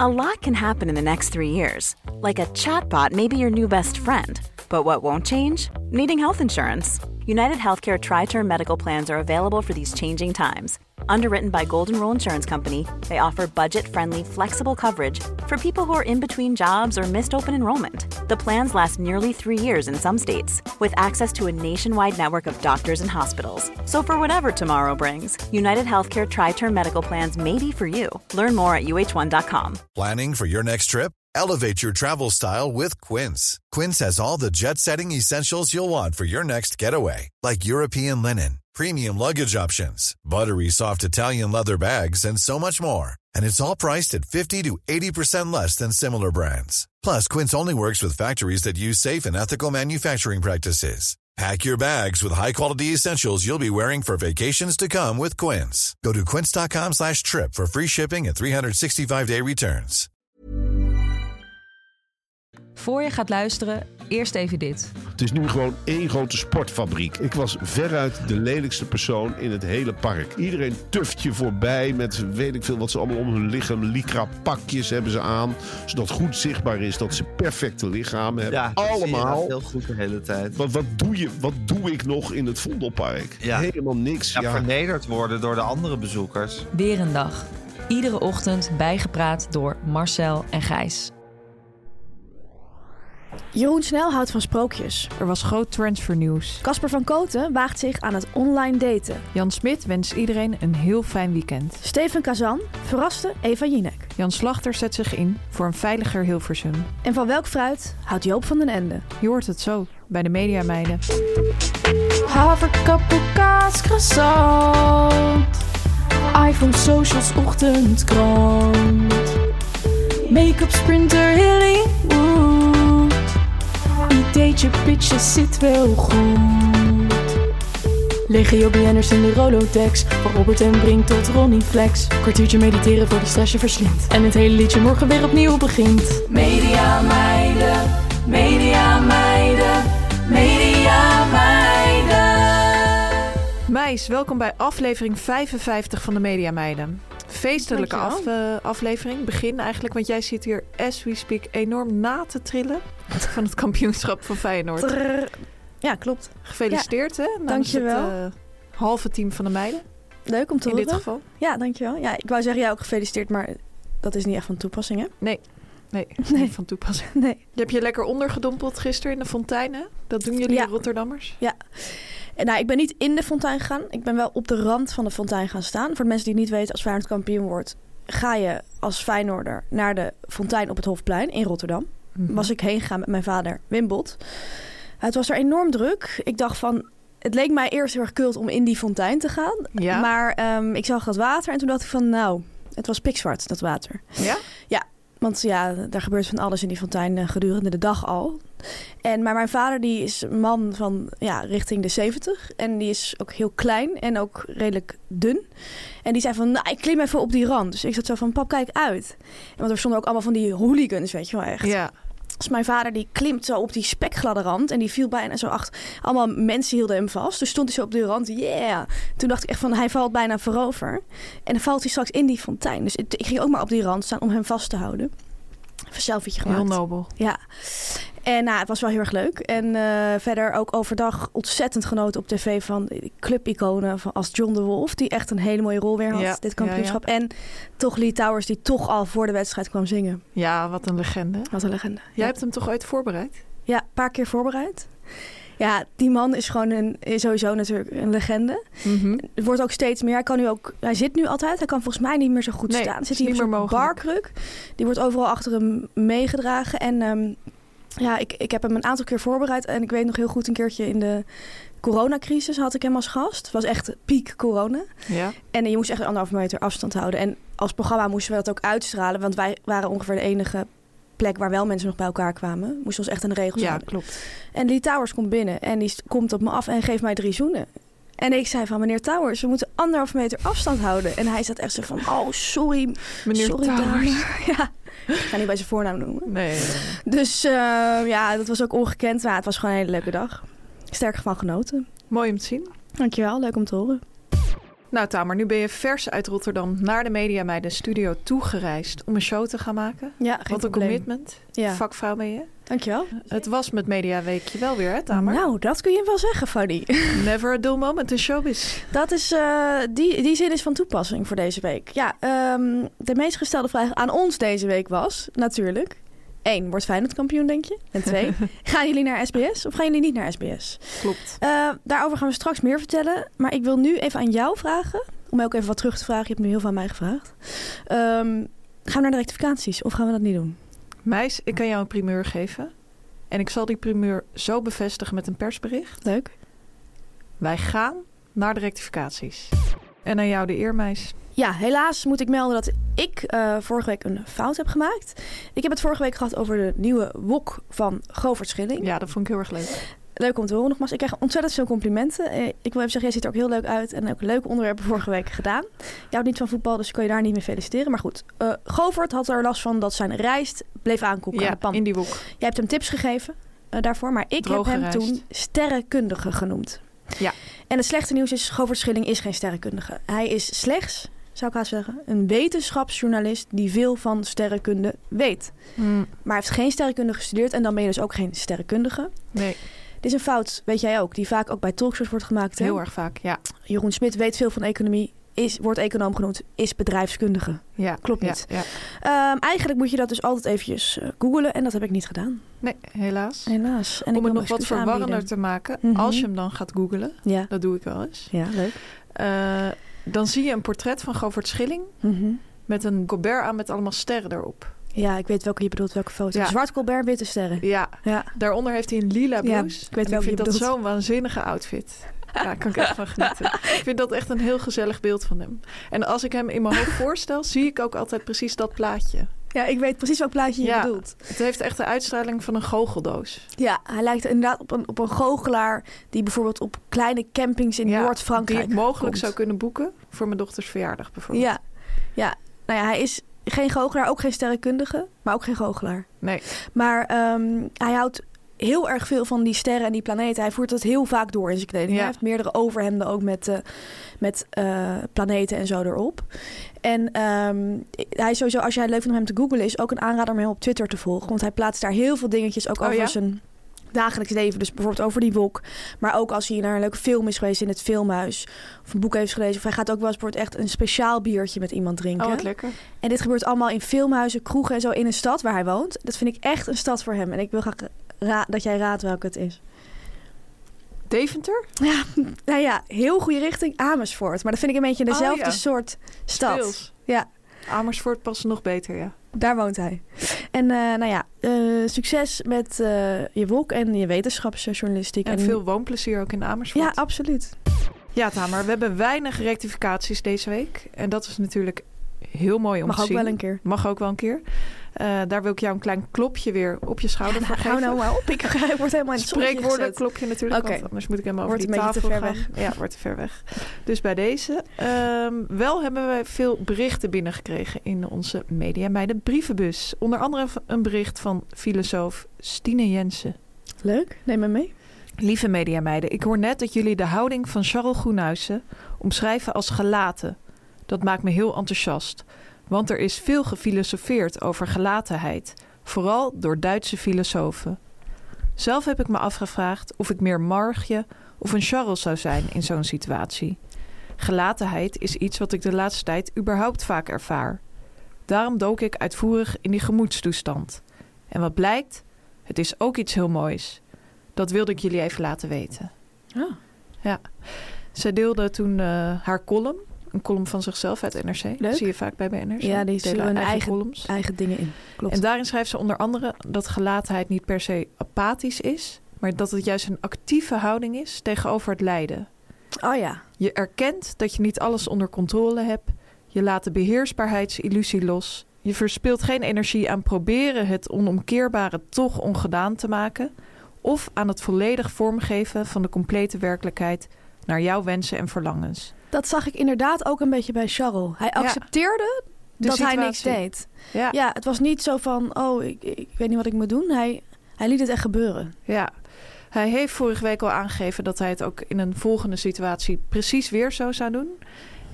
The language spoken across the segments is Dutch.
A lot can happen in the next 3 years. Like a chatbot may be your new best friend. But what won't change? Needing health insurance. United Healthcare Tri-Term Medical Plans are available for these changing times. Underwritten by Golden Rule Insurance Company, they offer budget-friendly, flexible coverage for people who are in between jobs or missed open enrollment. The plans last nearly 3 years in some states, with access to a nationwide network of doctors and hospitals. So for whatever tomorrow brings, United Healthcare Tri-Term Medical Plans may be for you. Learn more at uh1.com. Planning for your next trip? Elevate your travel style with Quince. Quince has all the jet-setting essentials you'll want for your next getaway, like European linen, premium luggage options, buttery soft Italian leather bags, and so much more. And it's all priced at 50 to 80% less than similar brands. Plus, Quince only works with factories that use safe and ethical manufacturing practices. Pack your bags with high-quality essentials you'll be wearing for vacations to come with Quince. Go to quince.com/trip for free shipping and 365-day returns. Voor je gaat luisteren, eerst even dit. Het is nu gewoon één grote sportfabriek. Ik was veruit de lelijkste persoon in het hele park. Iedereen tuft je voorbij met weet ik veel wat ze allemaal om hun lichaam. Lycra pakjes hebben ze aan, zodat goed zichtbaar is dat ze perfecte lichamen hebben. Ja, allemaal. Heel goed de hele tijd. Wat doe ik nog in het Vondelpark? Ja. Helemaal niks. Ja, vernederd worden door de andere bezoekers. Weer een dag. Iedere ochtend bijgepraat door Marcel en Gijs. Jeroen Snel houdt van sprookjes. Er was groot transfernieuws. Casper van Koten waagt zich aan het online daten. Jan Smit wenst iedereen een heel fijn weekend. Steven Kazan verraste Eva Jinek. Jan Slachter zet zich in voor een veiliger Hilversum. En van welk fruit houdt Joop van den Ende? Je hoort het zo bij de Mediameiden. Haverkappel, kaas, croissant. iPhone, socials, ochtendkrant. Make-up, sprinter, Hollywood. Ideetje, pitjes, zit wel goed. Legio BN'ers in de Rolodex. Van Robert en Brink tot Ronnie Flex. Kwartiertje mediteren voor de stress je verslindt. En het hele liedje morgen weer opnieuw begint. Media meiden, media meiden, media meiden. Meis, welkom bij aflevering 55 van de Mediameiden. Feestelijke aflevering. Begin eigenlijk, want jij zit hier as we speak enorm na te trillen van het kampioenschap van Feyenoord. Ja, klopt. Gefeliciteerd, hè? Dankjewel. Het halve team van de meiden. Leuk om te in horen. dit geval. Ja, dankjewel. Ja, ik wou zeggen, jij ook gefeliciteerd, maar dat is niet echt van toepassing, hè? Nee, niet van toepassing. Nee. Je hebt je lekker ondergedompeld gisteren in de fontein, hè? Dat doen jullie Rotterdammers? Ja. Nou, ik ben niet in de fontein gegaan. Ik ben wel op de rand van de fontein gaan staan. Voor de mensen die het niet weten, als Feyenoord kampioen wordt, ga je als Feyenoorder naar de fontein op het Hofplein in Rotterdam. Mm-hmm. Was ik heen gegaan met mijn vader Wim Bot. Het was er enorm druk. Ik dacht van, het leek mij eerst heel erg kult om in die fontein te gaan. Ja. Maar ik zag dat water en toen dacht ik van, nou, het was pikzwart, dat water. Ja? Ja. Want ja, daar gebeurt van alles in die fontein gedurende de dag al. Maar mijn vader die is een man van richting de 70. En die is ook heel klein en ook redelijk dun. En die zei van, nou, ik klim even op die rand. Dus ik zat zo van, pap, kijk uit. Want er stonden ook allemaal van die hooligans, weet je wel echt. Ja. Dus mijn vader die klimt zo op die spekgladde rand. En die viel bijna zo achter. Allemaal mensen hielden hem vast. Dus stond hij zo op de rand. Yeah. Toen dacht ik echt van, hij valt bijna voorover. En dan valt hij straks in die fontein. Dus ik ging ook maar op die rand staan om hem vast te houden. Even een selfietje gemaakt. Heel nobel. Ja. En het was wel heel erg leuk. En verder ook overdag ontzettend genoten op tv van clubiconen als John de Wolf. Die echt een hele mooie rol weer had, dit kampioenschap. Ja. En toch Lee Towers die toch al voor de wedstrijd kwam zingen. Ja, wat een legende. Wat een legende. Jij hebt hem toch ooit voorbereid? Ja, een paar keer voorbereid. Ja, die man is gewoon sowieso natuurlijk een legende. Mm-hmm. Het wordt ook steeds meer. Hij zit nu altijd. Hij kan volgens mij niet meer zo goed staan. Zit hier op zo'n barkruk. Die wordt overal achter hem meegedragen. En ik heb hem een aantal keer voorbereid. En ik weet nog heel goed een keertje in de coronacrisis had ik hem als gast. Het was echt piek corona. Ja. En je moest echt 1,5 meter afstand houden. En als programma moesten we dat ook uitstralen. Want wij waren ongeveer de enige plek waar wel mensen nog bij elkaar kwamen. Moesten ons echt aan de regels houden. Ja, klopt. En Lee Towers komt binnen en die komt op me af en geeft mij 3 zoenen. En ik zei van, meneer Towers, we moeten 1,5 meter afstand houden. En hij zat echt zo van, oh, sorry. Meneer sorry, Towers. Ja, ik ga niet bij zijn voornaam noemen. Nee. Dus dat was ook ongekend. Maar het was gewoon een hele leuke dag. Sterk van genoten. Mooi om te zien. Dankjewel, leuk om te horen. Nou Tamer, nu ben je vers uit Rotterdam naar de Mediameiden studio toegereisd om een show te gaan maken. Ja, wat een commitment. Ja. Vakvrouw ben je. Dankjewel. Het was met Mediaweekje wel weer, hè Tamer? Nou, dat kun je wel zeggen, Fanny. Never a dull moment in showbiz. Dat is, die zin is van toepassing voor deze week. Ja, de meest gestelde vraag aan ons deze week was natuurlijk... 1, wordt Feyenoord kampioen, denk je? En 2, gaan jullie naar SBS of gaan jullie niet naar SBS? Klopt. Daarover gaan we straks meer vertellen. Maar ik wil nu even aan jou vragen, om ook even wat terug te vragen. Je hebt nu heel veel aan mij gevraagd. Gaan we naar de rectificaties of gaan we dat niet doen? Meis, ik kan jou een primeur geven. En ik zal die primeur zo bevestigen met een persbericht. Leuk. Wij gaan naar de rectificaties. En aan jou de eer, Meis. Ja, helaas moet ik melden dat ik vorige week een fout heb gemaakt. Ik heb het vorige week gehad over de nieuwe wok van Govert Schilling. Ja, dat vond ik heel erg leuk. Leuk om te horen nogmaals. Ik krijg ontzettend veel complimenten. Ik wil even zeggen, jij ziet er ook heel leuk uit. En ook leuke onderwerpen vorige week gedaan. Jij houdt niet van voetbal, dus kan je daar niet mee feliciteren. Maar goed, Govert had er last van dat zijn rijst bleef aankoeken aan de pan. In die wok. Jij hebt hem tips gegeven daarvoor, maar ik Droge heb hem rijst. toen sterrenkundige genoemd. Ja. En het slechte nieuws is, Govert Schilling is geen sterrenkundige. Hij is slechts, zou ik haast zeggen, een wetenschapsjournalist die veel van sterrenkunde weet. Maar hij heeft geen sterrenkunde gestudeerd en dan ben je dus ook geen sterrenkundige. Nee. Dit is een fout, weet jij ook, die vaak ook bij talkshows wordt gemaakt. Hè? Heel erg vaak, ja. Jeroen Smit weet veel van economie, wordt econoom genoemd, is bedrijfskundige. Ja, klopt niet. Ja. Eigenlijk moet je dat dus altijd eventjes googlen en dat heb ik niet gedaan. Nee, helaas. Helaas. En om het nog wat verwarrender te maken, als je hem dan gaat googlen, dat doe ik wel eens. Ja, leuk. Dan zie je een portret van Govert Schilling met een colbert aan met allemaal sterren erop. Ja, ik weet welke je bedoelt, welke foto. Ja. Zwart colbert, witte sterren. Ja. Daaronder heeft hij een lila blouse. Ja, ik weet welke je dat bedoelt. zo'n waanzinnige outfit. Ja, daar kan ik echt van genieten. Ik vind dat echt een heel gezellig beeld van hem. En als ik hem in mijn hoofd voorstel, zie ik ook altijd precies dat plaatje. Ja, ik weet precies welk plaatje je bedoelt. Het heeft echt de uitstraling van een goocheldoos. Ja, hij lijkt inderdaad op een goochelaar die bijvoorbeeld op kleine campings in Noord-Frankrijk die ik mogelijk komt. zou kunnen boeken voor mijn dochters verjaardag bijvoorbeeld. Ja. Nou ja, hij is geen goochelaar, ook geen sterrenkundige, maar ook geen goochelaar. Nee. Maar hij houdt heel erg veel van die sterren en die planeten. Hij voert het heel vaak door in zijn kleding. Hij heeft meerdere overhemden ook met planeten en zo erop. En hij is sowieso, als jij het leuk vindt om hem te googlen, is ook een aanrader om hem op Twitter te volgen. Want hij plaatst daar heel veel dingetjes ook over zijn dagelijks leven. Dus bijvoorbeeld over die wok. Maar ook als hij naar een leuke film is geweest in het filmhuis. Of een boek heeft gelezen. Of hij gaat ook wel eens bijvoorbeeld echt een speciaal biertje met iemand drinken. Oh, wat lekker. En dit gebeurt allemaal in filmhuizen, kroegen en zo in een stad waar hij woont. Dat vind ik echt een stad voor hem. En ik wil graag dat jij raadt welke het is. Deventer? Ja, nou ja, heel goede richting. Amersfoort. Maar dat vind ik een beetje dezelfde soort stad. Speels. Ja. Amersfoort past nog beter, ja. Daar woont hij. En succes met je wok en je wetenschapsjournalistiek. En veel woonplezier ook in Amersfoort. Ja, absoluut. Ja, Tamer, we hebben weinig rectificaties deze week. En dat is natuurlijk heel mooi om te zien. Mag ook wel een keer. Mag ook wel een keer. Daar wil ik jou een klein klopje weer op je schouder voor geven. Hou nou maar op. Ik word helemaal in het spreekwoorden klopje natuurlijk. Okay. Anders moet ik helemaal over wordt die tafel gaan. Weg. Ja, wordt te ver weg. Dus bij deze. Wel hebben we veel berichten binnengekregen in onze Mediameiden brievenbus. Onder andere een bericht van filosoof Stine Jensen. Leuk, neem me mee. Lieve Mediameiden, ik hoor net dat jullie de houding van Charles Groenhuizen omschrijven als gelaten. Dat maakt me heel enthousiast. Want er is veel gefilosofeerd over gelatenheid. Vooral door Duitse filosofen. Zelf heb ik me afgevraagd of ik meer Margje of een Charles zou zijn in zo'n situatie. Gelatenheid is iets wat ik de laatste tijd überhaupt vaak ervaar. Daarom dook ik uitvoerig in die gemoedstoestand. En wat blijkt? Het is ook iets heel moois. Dat wilde ik jullie even laten weten. Oh. Ja. Zij deelde toen haar column. Een column van zichzelf uit NRC. Leuk. Dat zie je vaak bij NRC. Ja, die zullen hun eigen dingen in. Klopt. En daarin schrijft ze onder andere dat gelatenheid niet per se apathisch is, maar dat het juist een actieve houding is tegenover het lijden. Oh ja. Je erkent dat je niet alles onder controle hebt. Je laat de beheersbaarheidsillusie los. Je verspilt geen energie aan proberen het onomkeerbare toch ongedaan te maken, of aan het volledig vormgeven van de complete werkelijkheid naar jouw wensen en verlangens. Dat zag ik inderdaad ook een beetje bij Charles. Hij accepteerde dat hij niks deed. Ja, het was niet zo van, ik weet niet wat ik moet doen. Hij liet het echt gebeuren. Ja, hij heeft vorige week al aangegeven dat hij het ook in een volgende situatie precies weer zo zou doen.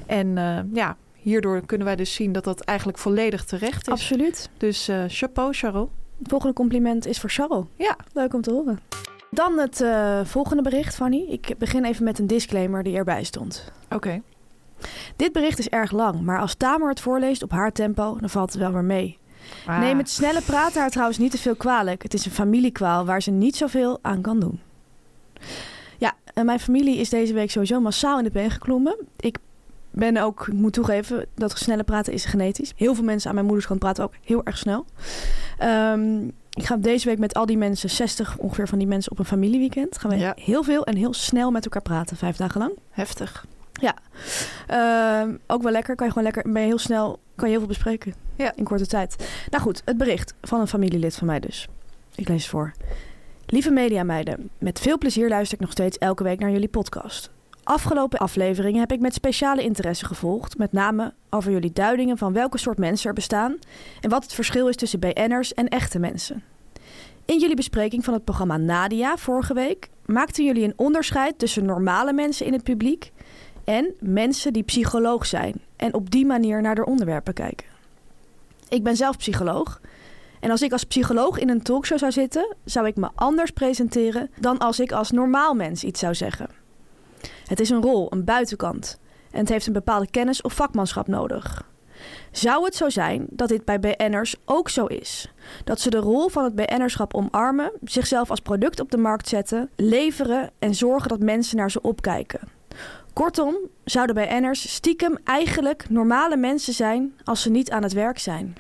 En hierdoor kunnen wij dus zien dat dat eigenlijk volledig terecht is. Absoluut. Dus chapeau, Charles. Het volgende compliment is voor Charles. Ja. Leuk om te horen. Dan het volgende bericht, Fanny. Ik begin even met een disclaimer die erbij stond. Oké. Dit bericht is erg lang, maar als Tamer het voorleest op haar tempo, dan valt het wel weer mee. Neem het snelle praten haar trouwens niet te veel kwalijk. Het is een familiekwaal waar ze niet zoveel aan kan doen. Ja, mijn familie is deze week sowieso massaal in de been geklommen. Ik moet toegeven dat snelle praten is genetisch. Heel veel mensen aan mijn moederskant praten ook heel erg snel. Ik ga deze week met al die mensen, 60 ongeveer van die mensen op een familieweekend. Gaan we heel veel en heel snel met elkaar praten, 5 dagen lang. Heftig. Ja, ook wel lekker. Ben je heel snel, kan je heel veel bespreken in korte tijd. Nou goed, het bericht van een familielid van mij dus. Ik lees het voor. Lieve mediameiden, met veel plezier luister ik nog steeds elke week naar jullie podcast. Afgelopen afleveringen heb ik met speciale interesse gevolgd, met name over jullie duidingen van welke soort mensen er bestaan en wat het verschil is tussen BN'ers en echte mensen. In jullie bespreking van het programma Nadia vorige week maakten jullie een onderscheid tussen normale mensen in het publiek en mensen die psycholoog zijn en op die manier naar de onderwerpen kijken. Ik ben zelf psycholoog en als ik als psycholoog in een talkshow zou zitten, zou ik me anders presenteren dan als ik als normaal mens iets zou zeggen. Het is een rol, een buitenkant en het heeft een bepaalde kennis of vakmanschap nodig. Zou het zo zijn dat dit bij BN'ers ook zo is? Dat ze de rol van het BN'erschap omarmen, zichzelf als product op de markt zetten, leveren en zorgen dat mensen naar ze opkijken? Kortom, zouden BN'ers stiekem eigenlijk normale mensen zijn als ze niet aan het werk zijn?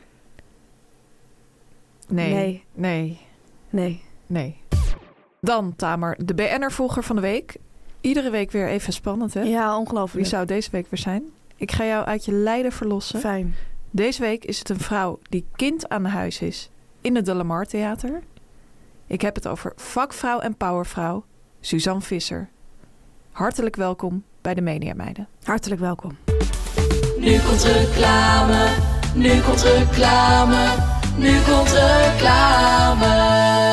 Nee. Dan, Tamer, de BN'er-volger van de week. Iedere week weer even spannend, hè? Ja, ongelooflijk. Wie zou deze week weer zijn? Ik ga jou uit je lijden verlossen. Fijn. Deze week is het een vrouw die kind aan huis is in het De Lamar Theater. Ik heb het over vakvrouw en powervrouw Suzanne Visser. Hartelijk welkom bij de Mediameiden. Hartelijk welkom. Nu komt reclame, nu komt reclame, nu komt reclame.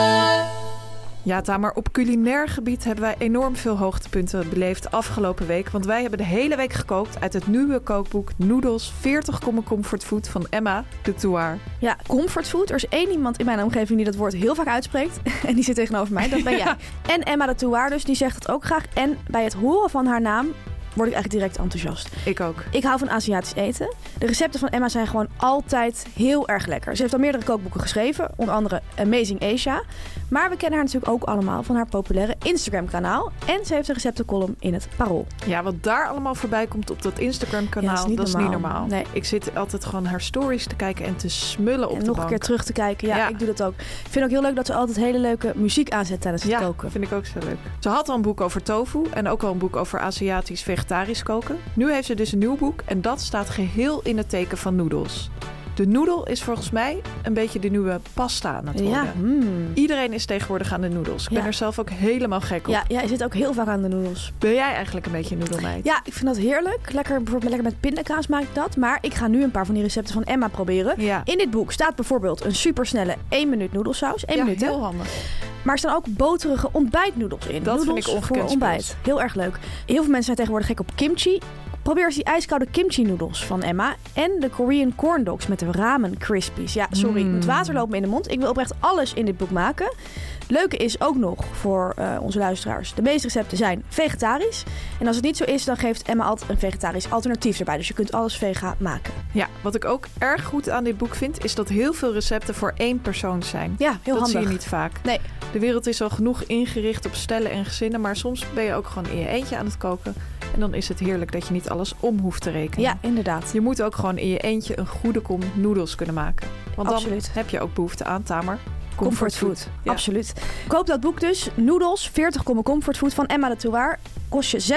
Ja, Tamer, op culinair gebied hebben wij enorm veel hoogtepunten beleefd afgelopen week. Want wij hebben de hele week gekookt uit het nieuwe kookboek Noodles 40 comfortfood van Emma de Touar. Ja, comfortfood. Er is één iemand in mijn omgeving die dat woord heel vaak uitspreekt. En die zit tegenover mij. Dat ben jij. En Emma de Touar dus, die zegt het ook graag. En bij het horen van haar naam word ik eigenlijk direct enthousiast. Ik ook. Ik hou van Aziatisch eten. De recepten van Emma zijn gewoon altijd heel erg lekker. Ze heeft al meerdere kookboeken geschreven, onder andere Amazing Asia. Maar we kennen haar natuurlijk ook allemaal van haar populaire Instagram-kanaal. En ze heeft een receptencolumn in het Parool. Ja, wat daar allemaal voorbij komt op dat Instagram-kanaal, dat is niet normaal. Nee. Ik zit altijd gewoon haar stories te kijken en te smullen op de bank. En nog een keer terug te kijken. Ja, ik doe dat ook. Ik vind ook heel leuk dat ze altijd hele leuke muziek aanzet tijdens het koken. Ja, vind ik ook zo leuk. Ze had al een boek over tofu en ook al een boek over Aziatisch vegetarisch koken. Nu heeft ze dus een nieuw boek en dat staat geheel in het teken van noedels. De noedel is volgens mij een beetje de nieuwe pasta aan het worden. Ja. Iedereen is tegenwoordig aan de noedels. Ik ben er zelf ook helemaal gek op. Ja, je zit ook heel vaak aan de noedels. Ben jij eigenlijk een beetje een noedelmeid? Ja, ik vind dat heerlijk. Bijvoorbeeld lekker met pindakaas maak ik dat. Maar ik ga nu een paar van die recepten van Emma proberen. Ja. In dit boek staat bijvoorbeeld een supersnelle 1 minuut noedelsaus. 1 minuut, heel handig. Maar er staan ook boterige ontbijtnoedels in. Dat noedels vind ik ongekend voor ontbijt. Heel erg leuk. Heel veel mensen zijn tegenwoordig gek op kimchi. Probeer eens die ijskoude kimchi noedels van Emma. En de Korean corn dogs met de ramen crispies. Ja, sorry, het water loopt me in de mond. Ik wil oprecht alles in dit boek maken. Het leuke is ook nog voor onze luisteraars. De meeste recepten zijn vegetarisch. En als het niet zo is, dan geeft Emma altijd een vegetarisch alternatief erbij. Dus je kunt alles vega maken. Ja, wat ik ook erg goed aan dit boek vind, is dat heel veel recepten voor 1 persoon zijn. Ja, heel handig. Dat zie je niet vaak. Nee. De wereld is al genoeg ingericht op stellen en gezinnen. Maar soms ben je ook gewoon in je eentje aan het koken. En dan is het heerlijk dat je niet alles om hoeft te rekenen. Ja, inderdaad. Je moet ook gewoon in je eentje een goede kom noedels kunnen maken. Want Absoluut. Dan heb je ook behoefte aan, Tamer. Comfortfood. Ja. Absoluut. Koop dat boek dus. Noodles 40 comfortfood van Emma de Touar. Kost je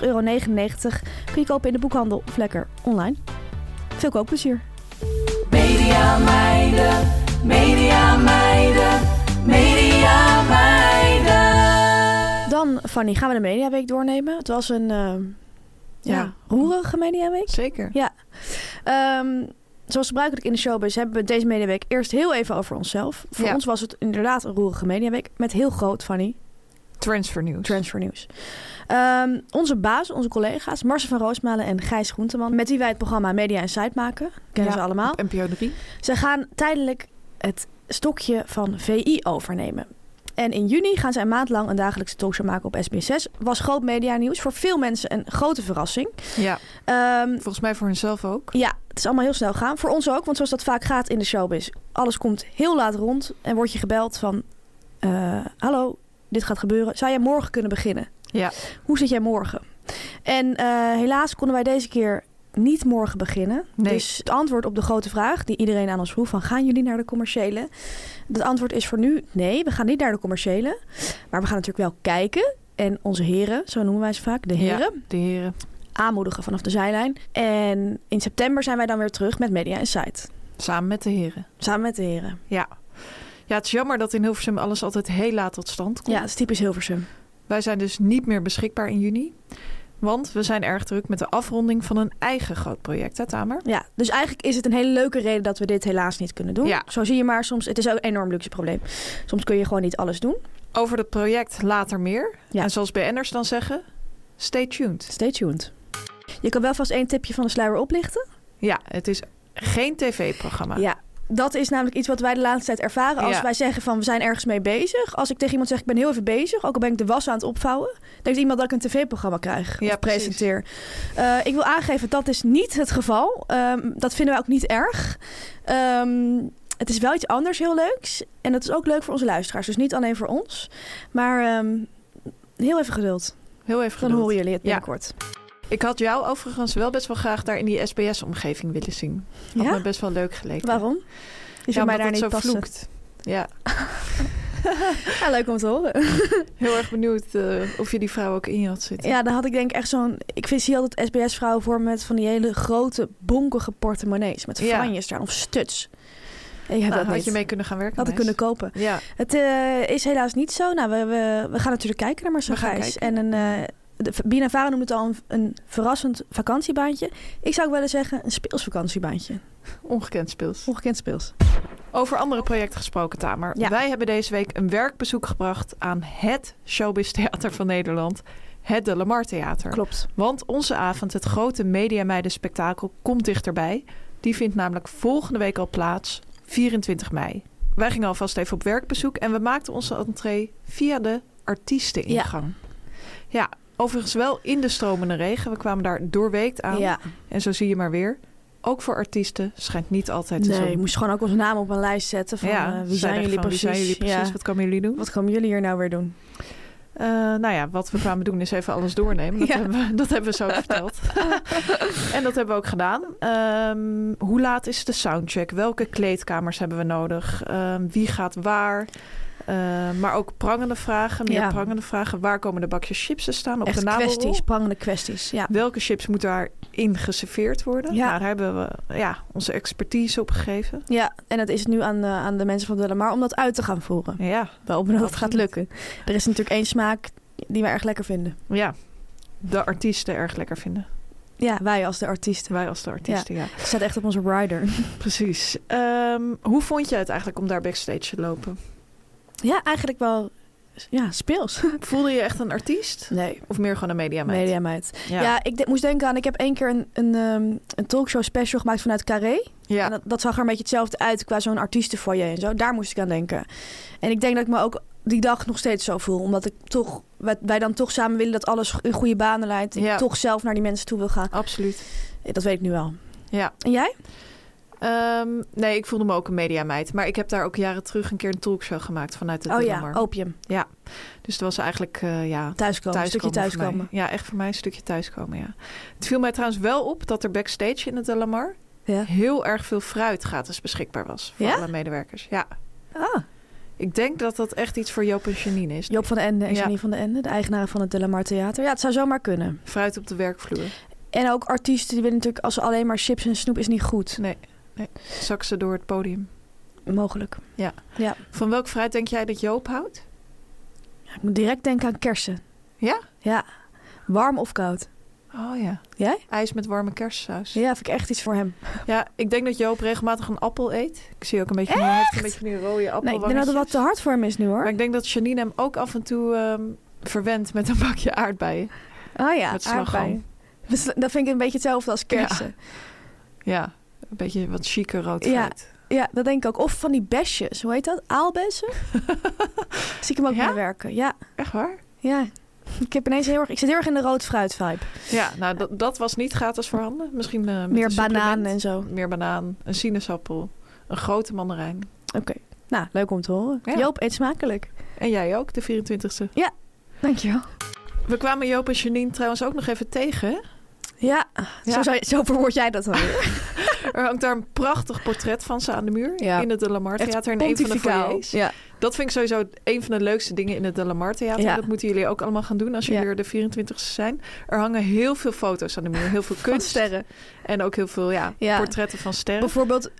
€26,99. Kun je kopen in de boekhandel of lekker online. Veel kookplezier. Media meiden, media meiden, media meiden. Dan, Fanny, gaan we de Mediaweek doornemen. Het was een roerige Mediaweek. Zeker. Ja. Zoals gebruikelijk in de showbiz hebben we deze Mediaweek eerst heel even over onszelf. Voor ons was het inderdaad een roerige Mediaweek. Met heel groot, Fanny, Transfernieuws. Onze baas, onze collega's, Marcel van Roosmalen en Gijs Groenteman, met wie wij het programma Media Insight maken, kennen ze allemaal. Op NPO 3. Ze gaan tijdelijk het stokje van VI overnemen. En in juni gaan zij een maand lang een dagelijkse talkshow maken op SBS6. Was groot medianieuws. Voor veel mensen een grote verrassing. Ja, volgens mij voor hunzelf ook. Ja, het is allemaal heel snel gaan. Voor ons ook, want zoals dat vaak gaat in de showbiz. Alles komt heel laat rond en word je gebeld van... hallo, dit gaat gebeuren. Zou jij morgen kunnen beginnen? Ja. Hoe zit jij morgen? En helaas konden wij deze keer niet morgen beginnen. Nee. Dus het antwoord op de grote vraag die iedereen aan ons vroeg van... gaan jullie naar de commerciële? Het antwoord is voor nu nee, we gaan niet naar de commerciële. Maar we gaan natuurlijk wel kijken. En onze heren, zo noemen wij ze vaak, de heren. Ja, de heren. Aanmoedigen vanaf de zijlijn. En in september zijn wij dan weer terug met Media Insight. Samen met de heren. Samen met de heren. Ja. Ja, het is jammer dat in Hilversum alles altijd heel laat tot stand komt. Ja, het is typisch Hilversum. Wij zijn dus niet meer beschikbaar in juni. Want we zijn erg druk met de afronding van een eigen groot project, hè Tamer? Ja, dus eigenlijk is het een hele leuke reden dat we dit helaas niet kunnen doen. Ja. Zo zie je maar soms, het is ook een enorm luxe probleem. Soms kun je gewoon niet alles doen. Over het project later meer. Ja. En zoals BN'ers dan zeggen, stay tuned. Stay tuned. Je kan wel vast 1 tipje van de sluier oplichten. Ja, het is geen tv-programma. Ja, dat is namelijk iets wat wij de laatste tijd ervaren. Als wij zeggen van we zijn ergens mee bezig. Als ik tegen iemand zeg ik ben heel even bezig. Ook al ben ik de was aan het opvouwen. Denkt iemand dat ik een tv-programma krijg. Ja, of presenteer. Ik wil aangeven dat is niet het geval. Dat vinden wij ook niet erg. Het is wel iets anders heel leuks. En dat is ook leuk voor onze luisteraars. Dus niet alleen voor ons. Maar heel even geduld. Heel even geduld. Dan horen jullie het binnenkort. Ik had jou overigens wel best wel graag daar in die SBS-omgeving willen zien. Had me best wel leuk geleken. Waarom? Je vindt mij daar niet zo passen. vloekt. Ja. Ja, leuk om te horen. Heel erg benieuwd of je die vrouw ook in je had zitten. Ja, dan had ik denk echt zo'n... Ik zie altijd SBS-vrouwen voor met van die hele grote, bonkige portemonnees. Met franjes daar of studs. Had je mee kunnen gaan werken? Had ik kunnen kopen. Ja. Het is helaas niet zo. Nou, we gaan natuurlijk kijken naar Marcel Gijs. En Bien Vara noemt het al een verrassend vakantiebaantje. Ik zou ook willen zeggen een speelsvakantiebaantje. Ongekend speels. Over andere projecten gesproken, Tamer. Ja. Wij hebben deze week een werkbezoek gebracht aan het Showbiz Theater van Nederland. Het De Lamar Theater. Klopt. Want onze avond, het grote Mediameiden spektakel, komt dichterbij. Die vindt namelijk volgende week al plaats, 24 mei. Wij gingen alvast even op werkbezoek en we maakten onze entree via de artiesteningang. Ja, overigens wel in de stromende regen. We kwamen daar doorweekt aan. Ja. En zo zie je maar weer. Ook voor artiesten schijnt niet altijd te zijn. Nee, je moest gewoon ook onze naam op een lijst zetten. Van, wie zijn jullie precies? Ja. Wat komen jullie doen? Wat komen jullie hier nou weer doen? Wat we kwamen doen is even alles doornemen. Dat hebben we zo verteld. En dat hebben we ook gedaan. Hoe laat is de soundcheck? Welke kleedkamers hebben we nodig? Wie gaat waar? Maar ook prangende vragen, prangende vragen. Waar komen de bakjes chips te staan? Op echt de navelrol? kwesties, prangende kwesties. Ja. Welke chips moeten daarin geserveerd worden? Ja. Nou, daar hebben we onze expertise op gegeven. Ja, en het is nu aan de mensen van De Lamar om dat uit te gaan voeren. Ja, we hopen dat het gaat lukken. Er is natuurlijk 1 smaak die we erg lekker vinden. Ja, de artiesten erg lekker vinden. Ja, wij als de artiesten. Ja. Het staat echt op onze rider. Precies. Hoe vond je het eigenlijk om daar backstage te lopen? Ja, eigenlijk wel speels. Voelde je echt een artiest? Nee. Of meer gewoon een mediameid? Mediameid. Ja, ik moest denken aan... Ik heb 1 keer een talkshow special gemaakt vanuit Carré. Ja. En dat zag er een beetje hetzelfde uit qua zo'n artiestenfoyer en zo. Daar moest ik aan denken. En ik denk dat ik me ook die dag nog steeds zo voel. Omdat ik toch... Wij dan toch samen willen dat alles in goede banen leidt. Ik toch zelf naar die mensen toe wil gaan. Absoluut. Dat weet ik nu wel. Ja. En jij? Nee, ik voelde me ook een mediameid. Maar ik heb daar ook jaren terug een keer een talkshow gemaakt vanuit het Lamar. Opium. Ja, dus het was eigenlijk thuiskomen. Een stukje thuiskomen. Ja, echt voor mij een stukje thuiskomen, ja. Het viel mij trouwens wel op dat er backstage in het De Lamar heel erg veel fruit gratis beschikbaar was voor alle medewerkers. Ja. Ah. Ik denk dat dat echt iets voor Joop en Janine is. Joop van den Ende en Janine van den Ende, de eigenaren van het De Lamar Theater. Ja, het zou zomaar kunnen. Fruit op de werkvloer. En ook artiesten die willen natuurlijk, als ze alleen maar chips en snoep is niet goed. Nee. Zak ze door het podium. Mogelijk. Ja. Van welk fruit denk jij dat Joop houdt? Ja, ik moet direct denken aan kersen. Ja? Ja. Warm of koud? Oh ja. Jij? IJs met warme kersensaus. Ja, vind ik echt iets voor hem. Ja, ik denk dat Joop regelmatig een appel eet. Ik zie ook een beetje, hij heeft een beetje een rode appel. Nee, ik denk dat het wat te hard voor hem is nu hoor. Maar ik denk dat Janine hem ook af en toe verwend met een bakje aardbeien. Oh ja, met slagroom. aardbeien. Dat vind ik een beetje hetzelfde als kersen. Ja, een beetje wat chique rood fruit. Ja, dat denk ik ook. Of van die besjes. Hoe heet dat? Aalbessen? Zie ik hem ook mee werken. Ja. Echt waar? Ja. Ik zit heel erg in de rood fruit vibe. Ja, nou dat was niet gratis voorhanden. Misschien meer banaan en zo. Meer banaan, een sinaasappel, een grote mandarijn. Oké. Nou, leuk om te horen. Ja. Joop, eet smakelijk. En jij ook, de 24e. Ja, dankjewel. We kwamen Joop en Janine trouwens ook nog even tegen, hè? Ja. Zo verwoord jij dat dan weer. Er hangt daar een prachtig portret van ze aan de muur in het De La Mar Theater. In een van de foyers. Ja. Dat vind ik sowieso een van de leukste dingen in het De La Mar Theater. Ja. Dat moeten jullie ook allemaal gaan doen als jullie er de 24e zijn. Er hangen heel veel foto's aan de muur. Heel veel kunst. Sterren. En ook heel veel portretten van sterren. Bijvoorbeeld,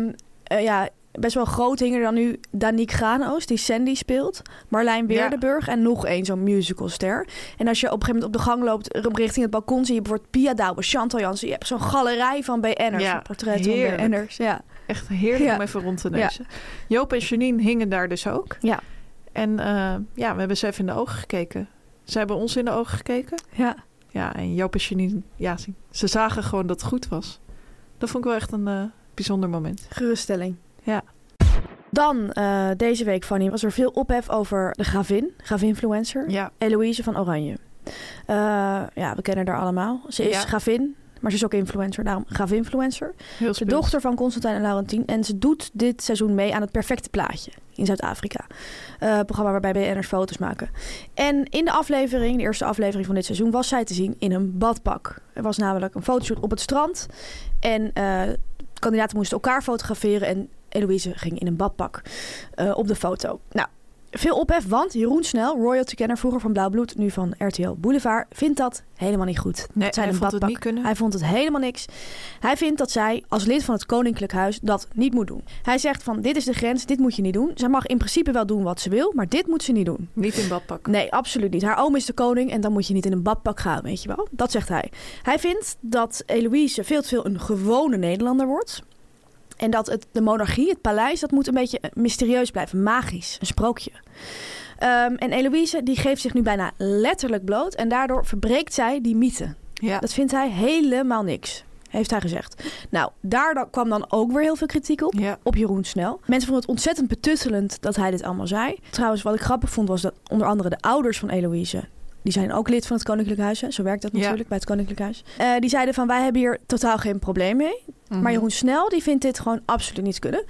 best wel groot hing er dan nu Danique Grano's, die Sandy speelt. Marlijn Weerdenburg en nog één zo'n musicalster. En als je op een gegeven moment op de gang loopt richting het balkon, zie je bijvoorbeeld Pia Douwe, Chantal Jansen. Je hebt zo'n galerij van BN'ers, portretten van BN'ers. Ja. Echt heerlijk om even rond te neuzen. Ja. Joop en Janine hingen daar dus ook. Ja. En we hebben ze even in de ogen gekeken. Ze hebben ons in de ogen gekeken. Ja. Ja, en Joop en Janine, ze zagen gewoon dat het goed was. Dat vond ik wel echt een bijzonder moment. Geruststelling. Ja. Dan deze week, Fanny, was er veel ophef over de gravin-influencer. Ja. Eloïse van Oranje. We kennen haar allemaal. Ze is gravin, maar ze is ook influencer. Daarom gravin-influencer. De dochter van Constantijn en Laurentien. En ze doet dit seizoen mee aan het Perfecte Plaatje in Zuid-Afrika. Programma waarbij BN'ers foto's maken. En in de eerste aflevering van dit seizoen, was zij te zien in een badpak. Er was namelijk een fotoshoot op het strand. En kandidaten moesten elkaar fotograferen en Eloïse ging in een badpak op de foto. Nou, veel ophef, want Jeroen Snel, royalty-kenner, vroeger van Blauw Bloed, nu van RTL Boulevard, vindt dat helemaal niet goed. Nee, hij vond het niet kunnen. Hij vond het helemaal niks. Hij vindt dat zij als lid van het Koninklijk Huis dat niet moet doen. Hij zegt van, dit is de grens, dit moet je niet doen. Zij mag in principe wel doen wat ze wil, maar dit moet ze niet doen. Niet in badpak. Nee, absoluut niet. Haar oom is de koning en dan moet je niet in een badpak gaan, weet je wel. Dat zegt hij. Hij vindt dat Eloïse veel te veel een gewone Nederlander wordt. En dat de monarchie, het paleis, dat moet een beetje mysterieus blijven. Magisch, een sprookje. En Eloïse, die geeft zich nu bijna letterlijk bloot. En daardoor verbreekt zij die mythe. Ja. Dat vindt hij helemaal niks, heeft hij gezegd. Nou, daar kwam dan ook weer heel veel kritiek op. Ja. Op Jeroen Snel. Mensen vonden het ontzettend betuttelend dat hij dit allemaal zei. Trouwens, wat ik grappig vond, was dat onder andere de ouders van Eloïse, die zijn ook lid van het Koninklijk Huis. Hè? Zo werkt dat natuurlijk bij het Koninklijk Huis. Die zeiden van, wij hebben hier totaal geen probleem mee. Mm-hmm. Maar Jeroen Snel, die vindt dit gewoon absoluut niet kunnen.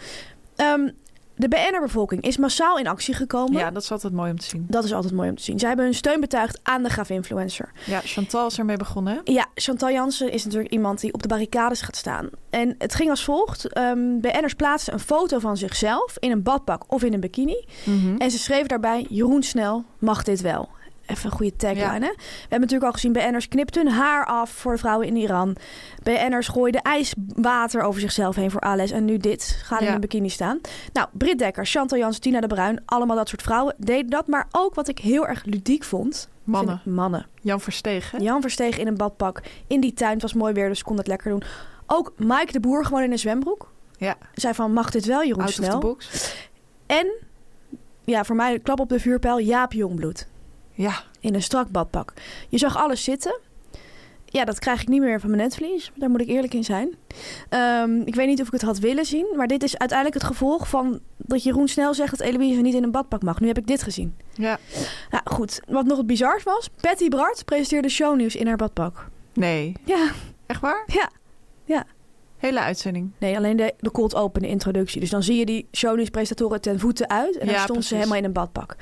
De BN'er-bevolking is massaal in actie gekomen. Ja, dat is altijd mooi om te zien. Dat is altijd mooi om te zien. Zij hebben hun steun betuigd aan de gravinfluencer. Ja, Chantal is ermee begonnen, hè? Ja, Chantal Jansen is natuurlijk iemand die op de barricades gaat staan. En het ging als volgt. BN'ers plaatsten een foto van zichzelf in een badpak of in een bikini. Mm-hmm. En ze schreven daarbij, Jeroen Snel mag dit wel. Even een goede tagline, hè? We hebben natuurlijk al gezien, BN'ers knipten hun haar af voor de vrouwen in Iran. BN'ers gooiden ijswater over zichzelf heen voor Ales. En nu dit, gaan in een bikini staan. Nou, Britt Dekker, Chantal Jansen, Tina de Bruin, allemaal dat soort vrouwen deden dat. Maar ook wat ik heel erg ludiek vond. Mannen. Jan Verstegen. Jan Verstegen in een badpak. In die tuin, het was mooi weer, dus kon het lekker doen. Ook Mike de Boer gewoon in een zwembroek. Ja. Zei van, mag dit wel, Jeroen Snel? Out of the box. En, voor mij klap op de vuurpijl, Jaap Jongbloed. Ja. In een strak badpak. Je zag alles zitten. Ja, dat krijg ik niet meer van mijn netvlies. Daar moet ik eerlijk in zijn. Ik weet niet of ik het had willen zien. Maar dit is uiteindelijk het gevolg van dat Jeroen Snel zegt dat Eloïse niet in een badpak mag. Nu heb ik dit gezien. Ja. Nou, goed. Wat nog het bizar was. Patty Bart presenteerde shownieuws in haar badpak. Nee. Ja. Echt waar? Ja. Hele uitzending? Nee, alleen de cold open, de introductie. Dus dan zie je die shownieuws-presentatoren ten voeten uit. En dan stond ze helemaal in een badpak.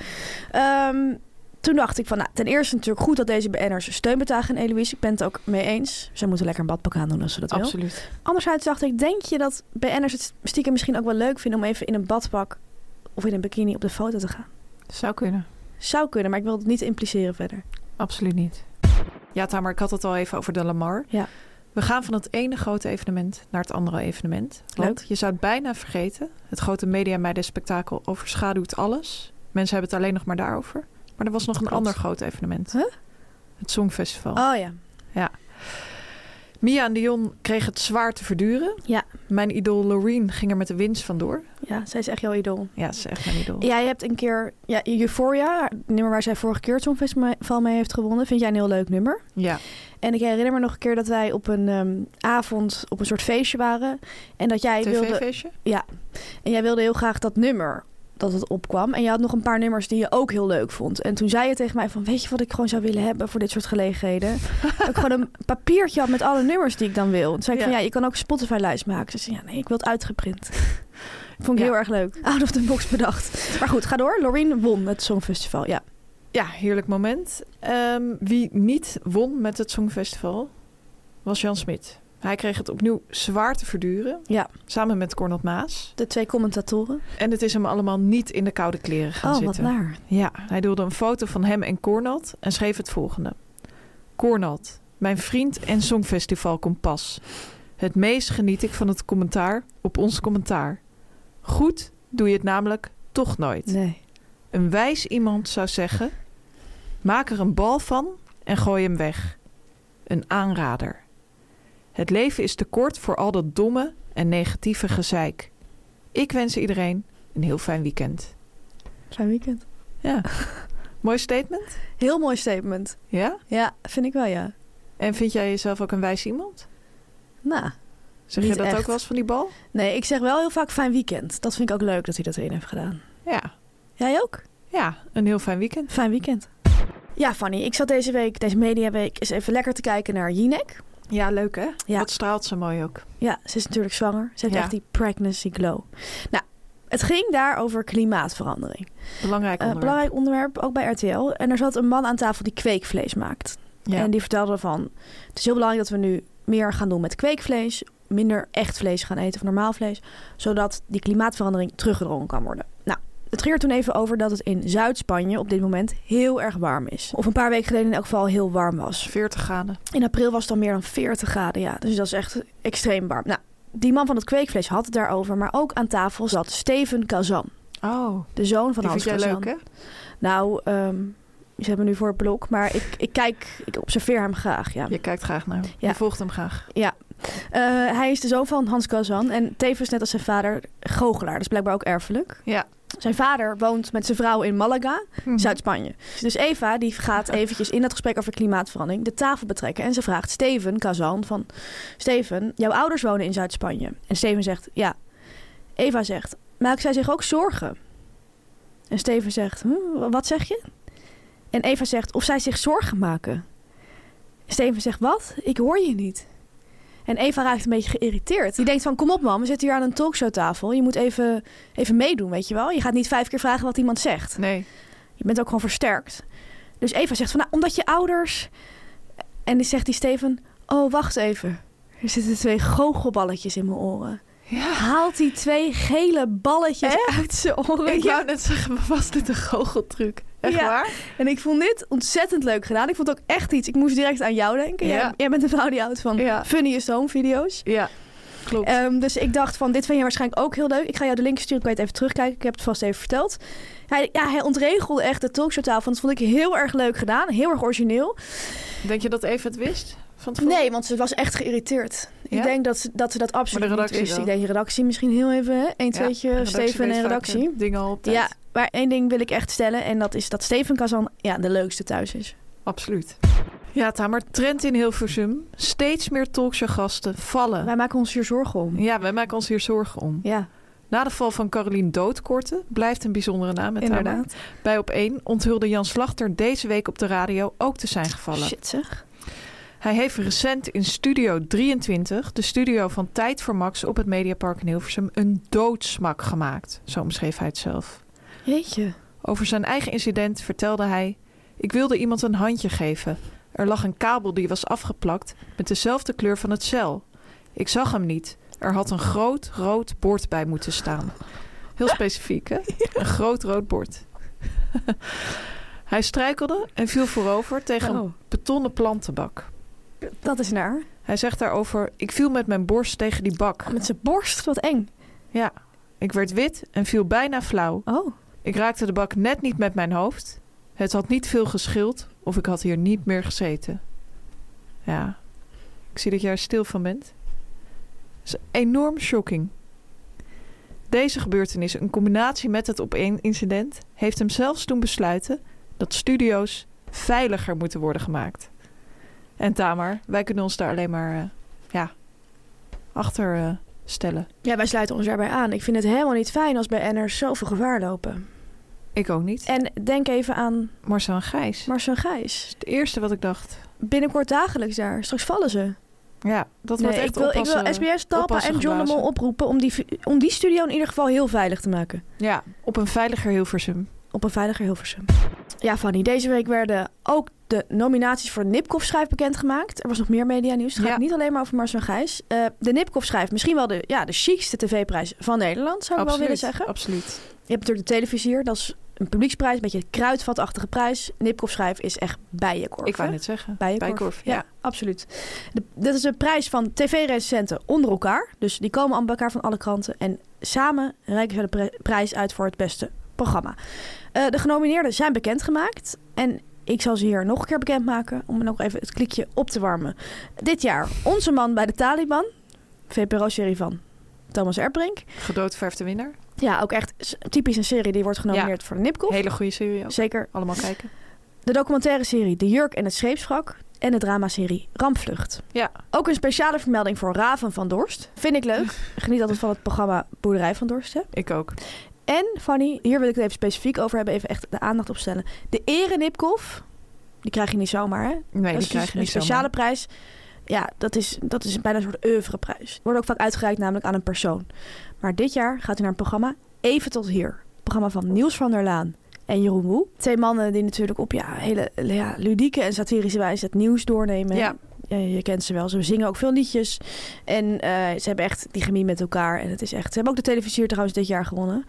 Toen dacht ik van, ten eerste natuurlijk goed dat deze BN'ers steun betuigen aan Eloïse. Ik ben het ook mee eens. Ze moeten lekker een badpak aan doen als ze dat wil. Absoluut. Anderzijds dacht ik, denk je dat BN'ers het stiekem misschien ook wel leuk vinden om even in een badpak of in een bikini op de foto te gaan? Zou kunnen. Zou kunnen, maar ik wil het niet impliceren verder. Absoluut niet. Ja, Tamer, ik had het al even over de La Mar. Ja. We gaan van het ene grote evenement naar het andere evenement. Want je zou het bijna vergeten. Het grote Mediameiden-spektakel overschaduwt alles. Mensen hebben het alleen nog maar daarover. Maar er was nog een ander groot evenement. Huh? Het Songfestival. Oh ja. Ja. Mia en Dion kregen het zwaar te verduren. Ja, Mijn idool Loreen ging er met de winst vandoor. Ja, zij is echt jouw idool. Ja, ze is echt mijn idool. Jij hebt een keer Euphoria, het nummer waar zij vorige keer het Songfestival mee heeft gewonnen. Vind jij een heel leuk nummer? Ja. En ik herinner me nog een keer dat wij op een avond op een soort feestje waren. En dat jij TV-feestje? Ja. En jij wilde heel graag dat nummer dat het opkwam. En je had nog een paar nummers die je ook heel leuk vond. En toen zei je tegen mij van, weet je wat ik gewoon zou willen hebben voor dit soort gelegenheden? Dat ik gewoon een papiertje had met alle nummers die ik dan wil. Toen zei ik van, je kan ook een Spotify-lijst maken. Ze zei, nee, ik wil het uitgeprint. Vond ik heel erg leuk. Out of the box bedacht. Maar goed, ga door. Loreen won het Songfestival, ja. Ja, heerlijk moment. Wie niet won met het Songfestival was Jan Smit. Hij kreeg het opnieuw zwaar te verduren. Ja. Samen met Cornald Maas. De 2 commentatoren. En het is hem allemaal niet in de koude kleren gaan zitten. Wat naar. Ja, hij deelde een foto van hem en Cornald en schreef het volgende. Cornald, mijn vriend en Songfestival kompas. Het meest geniet ik van het commentaar op ons commentaar. Goed doe je het namelijk toch nooit. Nee. Een wijs iemand zou zeggen, maak er een bal van en gooi hem weg. Een aanrader. Het leven is te kort voor al dat domme en negatieve gezeik. Ik wens iedereen een heel fijn weekend. Fijn weekend. Ja. Mooi statement? Heel mooi statement. Ja? Ja, vind ik wel, ja. En vind jij jezelf ook een wijs iemand? Nou, zeg je dat echt ook wel eens van die bal? Nee, ik zeg wel heel vaak fijn weekend. Dat vind ik ook leuk dat hij dat erin heeft gedaan. Ja. Jij ook? Ja, een heel fijn weekend. Fijn weekend. Ja, Fanny, ik zat deze mediaweek eens even lekker te kijken naar Jinek. Ja, leuk hè? Ja. Wat straalt ze mooi ook. Ja, ze is natuurlijk zwanger. Ze heeft echt die pregnancy glow. Nou, het ging daar over klimaatverandering. Belangrijk onderwerp, ook bij RTL. En er zat een man aan tafel die kweekvlees maakt. Ja. En die vertelde van, het is heel belangrijk dat we nu meer gaan doen met kweekvlees. Minder echt vlees gaan eten of normaal vlees. Zodat die klimaatverandering teruggedrongen kan worden. Nou, het ging er toen even over dat het in Zuid-Spanje op dit moment heel erg warm is. Of een paar weken geleden in elk geval heel warm was. 40 graden. In april was het dan meer dan 40 graden, ja. Dus dat is echt extreem warm. Nou, die man van het kweekvlees had het daarover. Maar ook aan tafel zat Steven Kazan. Oh. De zoon van Hans Kazan. Die vind jij leuk, hè? Nou, ze hebben nu voor het blok. Maar ik observeer hem graag, ja. Je kijkt graag naar hem. Ja. Je volgt hem graag. Ja. Hij is de zoon van Hans Kazan. En tevens net als zijn vader goochelaar. Dus blijkbaar ook erfelijk. Ja. Zijn vader woont met zijn vrouw in Malaga, Zuid-Spanje. Dus Eva die gaat eventjes in dat gesprek over klimaatverandering de tafel betrekken. En ze vraagt Steven Kazan van, Steven, jouw ouders wonen in Zuid-Spanje. En Steven zegt, ja. Eva zegt, maakt zij zich ook zorgen? En Steven zegt, wat zeg je? En Eva zegt, of zij zich zorgen maken. Steven zegt, wat? Ik hoor je niet. En Eva raakt een beetje geïrriteerd. Die denkt van, kom op man, we zitten hier aan een talkshowtafel. Je moet even meedoen, weet je wel. Je gaat niet 5 keer vragen wat iemand zegt. Nee. Je bent ook gewoon versterkt. Dus Eva zegt van, nou, omdat je ouders... En die zegt die Steven, oh, wacht even. Er zitten 2 goochelballetjes in mijn oren. Ja. Haalt die 2 gele balletjes uit zijn oren. Ik wou net zeggen, was dit een goocheltruc? Echt waar? En ik vond dit ontzettend leuk gedaan. Ik vond het ook echt iets. Ik moest direct aan jou denken. Ja. Jij bent een vrouw die houdt van funniest home video's. Ja, klopt. Dus ik dacht van, dit vind je waarschijnlijk ook heel leuk. Ik ga jou de link sturen, kan je het even terugkijken. Ik heb het vast even verteld. Hij ontregelde echt de talkshowtafel. Dat vond ik heel erg leuk gedaan. Heel erg origineel. Denk je dat Eva het wist? Nee, want ze was echt geïrriteerd. Ja? Ik denk dat ze dat absoluut niet wist. Ik denk de redactie misschien heel even. 1, 2'tje, Steven en redactie. Dingen al op tijd. Ja, maar 1 ding wil ik echt stellen. En dat is dat Steven Kazan de leukste thuis is. Absoluut. Ja, Tamer, trend in Hilversum. Steeds meer talkshowgasten vallen. Wij maken ons hier zorgen om. Ja, wij maken ons hier zorgen om. Ja. Na de val van Carolien Doodkorte, blijft een bijzondere naam met Tamer. Bij Op1 onthulde Jan Slachter deze week op de radio ook te zijn gevallen. Shit zeg. Hij heeft recent in Studio 23, de studio van Tijd voor Max op het Mediapark in Hilversum, een doodsmak gemaakt. Zo omschreef hij het zelf. Jeetje. Over zijn eigen incident vertelde hij, ik wilde iemand een handje geven. Er lag een kabel die was afgeplakt met dezelfde kleur van het cel. Ik zag hem niet. Er had een groot rood bord bij moeten staan. Heel specifiek, hè? Een groot rood bord. Hij struikelde en viel voorover tegen een betonnen plantenbak. Dat is naar. Hij zegt daarover, ik viel met mijn borst tegen die bak. Met zijn borst? Wat eng. Ja, ik werd wit en viel bijna flauw. Oh. Ik raakte de bak net niet met mijn hoofd. Het had niet veel geschild of ik had hier niet meer gezeten. Ja, ik zie dat jij er stil van bent. is enorm shocking. Deze gebeurtenis, in combinatie met het opeen-incident, heeft hem zelfs doen besluiten dat studio's veiliger moeten worden gemaakt. En Tamar, wij kunnen ons daar alleen maar achter stellen. Ja, wij sluiten ons daarbij aan. Ik vind het helemaal niet fijn als BN'ers zoveel gevaar lopen. Ik ook niet. En denk even aan Marcel en Gijs. Marcel en Gijs. Het eerste wat ik dacht. Binnenkort dagelijks daar. Straks vallen ze. Ja, dat wordt echt ik wil SBS, Talpa en John de Mol oproepen om die studio in ieder geval heel veilig te maken. Ja, op een veiliger Hilversum. Ja, Fanny, deze week werden ook de nominaties voor de Nipkoff-schijf bekendgemaakt. Er was nog meer media-nieuws. Het gaat niet alleen maar over Marcel en Gijs. De Nipkoff-schijf, misschien wel de chicste tv-prijs van Nederland, zou ik wel willen zeggen. Absoluut. Je hebt natuurlijk de Televisier, dat is een publieksprijs, een beetje een kruidvatachtige prijs. Nipkoff-schijf is echt bijenkorf. Ik wou net zeggen. Bijenkorf, ja, absoluut. Dat is de prijs van tv-recensenten onder elkaar. Dus die komen aan elkaar van alle kranten. En samen reiken ze de prijs uit voor het beste programma. De genomineerden zijn bekendgemaakt. En ik zal ze hier nog een keer bekendmaken om nog even het klikje op te warmen. Dit jaar Onze Man bij de Taliban. VPRO-serie van Thomas Erdbrink. Gedoodverfde winnaar. Ja, ook echt typisch een serie die wordt genomineerd voor de Nipkoff. Hele goede serie ook. Zeker. Allemaal kijken. De documentaire serie De Jurk en het Scheepswrak. En de dramaserie Rampvlucht. Ja. Ook een speciale vermelding voor Raven van Dorst. Vind ik leuk. Ik geniet altijd van het programma Boerderij van Dorst. Hè? Ik ook. En Fanny, hier wil ik het even specifiek over hebben. Even echt de aandacht opstellen. De Ere Nipkoff. Die krijg je niet zomaar, hè? Nee, die krijg je niet een speciale prijs. Ja, dat is bijna een soort oeuvreprijs. Wordt ook vaak uitgereikt namelijk aan een persoon. Maar dit jaar gaat hij naar een programma Even tot hier. Het programma van Niels van der Laan en Jeroen Woe. 2 mannen die natuurlijk op hele ludieke en satirische wijze het nieuws doornemen. Ja. Je kent ze wel. Ze zingen ook veel liedjes. En ze hebben echt die chemie met elkaar. En het is echt... Ze hebben ook de Televisier trouwens dit jaar gewonnen.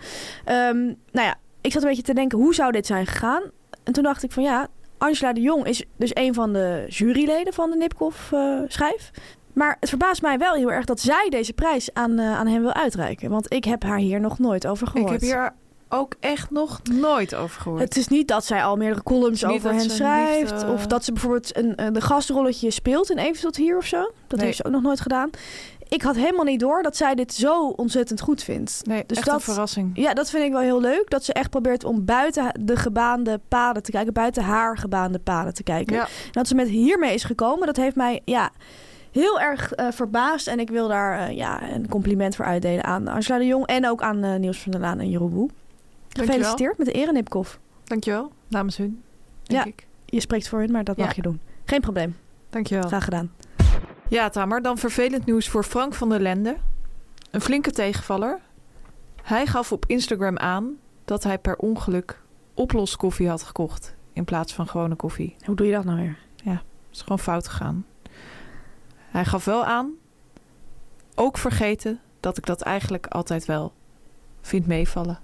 Ik zat een beetje te denken, hoe zou dit zijn gegaan? En toen dacht ik van Angela de Jong is dus een van de juryleden van de Nipkoff-schijf. Maar het verbaast mij wel heel erg dat zij deze prijs aan hem wil uitreiken. Want ik heb haar hier nog nooit over gehoord. Ik heb hier ook echt nog nooit over gehoord. Het is niet dat zij al meerdere columns over hen schrijft. Of dat ze bijvoorbeeld de gastrolletje speelt in Even tot hier of zo. Dat heeft ze ook nog nooit gedaan. Ik had helemaal niet door dat zij dit zo ontzettend goed vindt. Nee, dus echt een verrassing. Ja, dat vind ik wel heel leuk. Dat ze echt probeert om buiten de gebaande paden te kijken. Buiten haar gebaande paden te kijken. Ja. En dat ze met hiermee is gekomen, dat heeft mij heel erg verbaasd. En ik wil daar een compliment voor uitdelen aan Angela de Jong. En ook aan Niels van der Laan en Jeroen Woe. Gefeliciteerd met de Ere Nipkoff. Dankjewel. Namens hun, denk ik. Je spreekt voor hun, maar dat mag je doen. Geen probleem. Dankjewel. Graag gedaan. Ja, Tamar, dan vervelend nieuws voor Frank van der Lende. Een flinke tegenvaller. Hij gaf op Instagram aan dat hij per ongeluk oploskoffie had gekocht in plaats van gewone koffie. Hoe doe je dat nou weer? Ja, het is gewoon fout gegaan. Hij gaf wel aan, ook vergeten, dat ik dat eigenlijk altijd wel vind meevallen.